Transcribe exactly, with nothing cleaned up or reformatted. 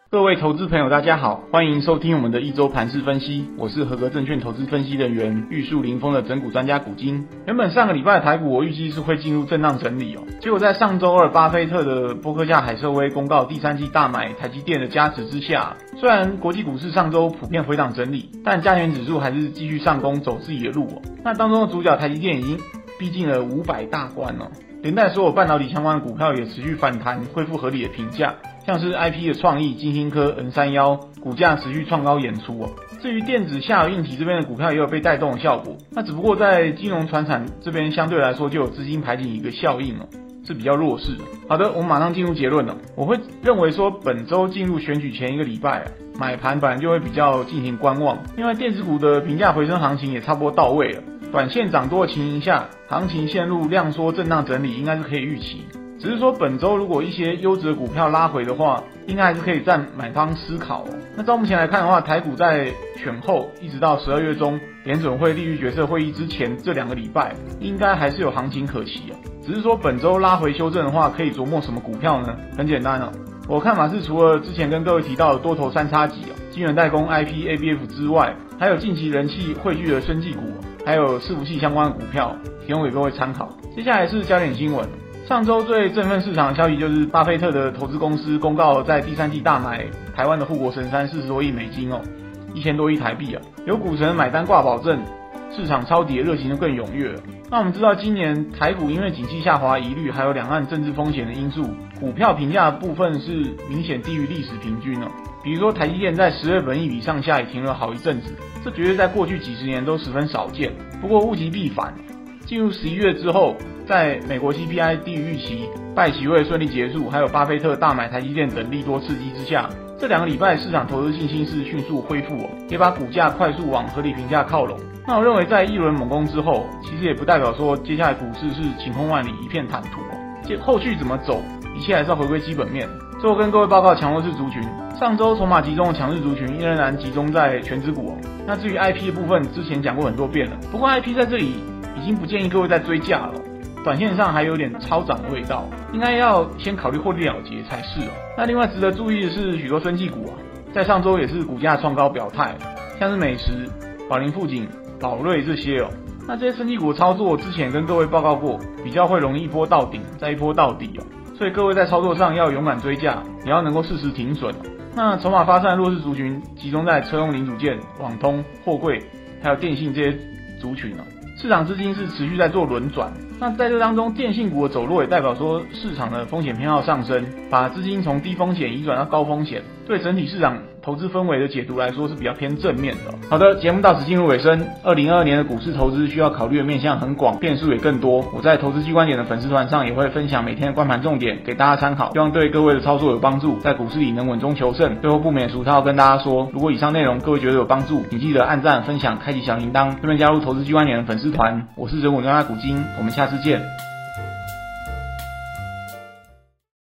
各位投资朋友大家好，欢迎收听我们的一周盘势分析，我是合格证券投资分析人员玉树临风的整股专家古今。原本上个礼拜的台股我预计是会进入震荡整理哦，结果在上周二巴菲特的波克夏海瑟威公告第三季大买台积电的加持之下，虽然国际股市上周普遍回档整理，但加权指数还是继续上攻走自己的路哦。那当中的主角台积电已经逼近了五百大关哦，连带所有半导体相关的股票也持续反弹，恢复合理的评价。像是 I P 的创意、金星科、N 三十一 股价持续创高演出哦。至于电子下游硬体这边的股票也有被带动的效果，那只不过在金融传产这边相对来说就有资金排挤一个效应哦，是比较弱势的。好的，我们马上进入结论了。我会认为说本周进入选举前一个礼拜啊，买盘本来就会比较进行观望，因为电子股的评价回升行情也差不多到位了，短线涨多的情形下，行情陷入量缩震荡整理应该是可以预期。只是说本周如果一些优质的股票拉回的话，应该还是可以占买方思考哦。那照目前来看的话，台股在选后一直到十二月中联准会利率决策会议之前这两个礼拜，应该还是有行情可期哦。只是说本周拉回修正的话，可以琢磨什么股票呢？很简单哦，我看法是除了之前跟各位提到的多头三叉戟哦，晶圆代工 I P、A B F 之外，还有近期人气汇聚的生技股哦，还有伺服器相关的股票，提供给各位参考。接下来是焦点新闻。上周最振奋市场的消息就是巴菲特的投资公司公告在第三季大买台湾的护国神山四十多亿美金哦，一千多亿台币啊，有股神买单挂保证，市场抄底的热情就更踊跃了。那我们知道今年台股因为景气下滑疑虑，还有两岸政治风险的因素，股票评价的部分是明显低于历史平均哦。比如说台积电在十月本益比上下也停了好一阵子，这绝对在过去几十年都十分少见。不过物极必反，进入十一月之后，在美国 C P I 低于预期、拜习会顺利结束，还有巴菲特大买台积电等利多刺激之下，这两个礼拜市场投资信心是迅速恢复哦，也把股价快速往合理评价靠拢。那我认为在一轮猛攻之后，其实也不代表说接下来股市是晴空万里一片坦途哦，后续怎么走，一切还是要回归基本面。最后跟各位报告强弱势族群，上周筹码集中的强势族群仍然集中在全指股哦。那至于 I P 的部分，之前讲过很多遍了，不过 I P 在这里已经不建议各位再追价了，短线上还有点超涨的味道，应该要先考虑获利了结才是哦。那另外值得注意的是，许多生技股啊，在上周也是股价创高表态，像是美食、宝林富锦、宝瑞这些哦。那这些生技股的操作之前跟各位报告过，比较会容易一波到顶，再一波到底哦。所以各位在操作上要勇敢追价，也要能够适时停损哦。那筹码发散的弱势族群集中在车用零组件、网通、货柜，还有电信这些族群哦。市场资金是持续在做轮转，那在这当中，电信股的走弱也代表说市场的风险偏好上升，把资金从低风险移转到高风险，对整体市场投资氛围的解读来说是比较偏正面的。好的，节目到此进入尾声。二零二二年的股市投资需要考虑的面向很广，变数也更多。我在投资机观点的粉丝团上也会分享每天的观盘重点给大家参考，希望对各位的操作有帮助，在股市里能稳中求胜。最后不免俗套跟大家说，如果以上内容各位觉得有帮助，请记得按赞、分享、开启小铃铛，顺便加入投资机观点的粉丝团。我是人文专家古今，我们下次见。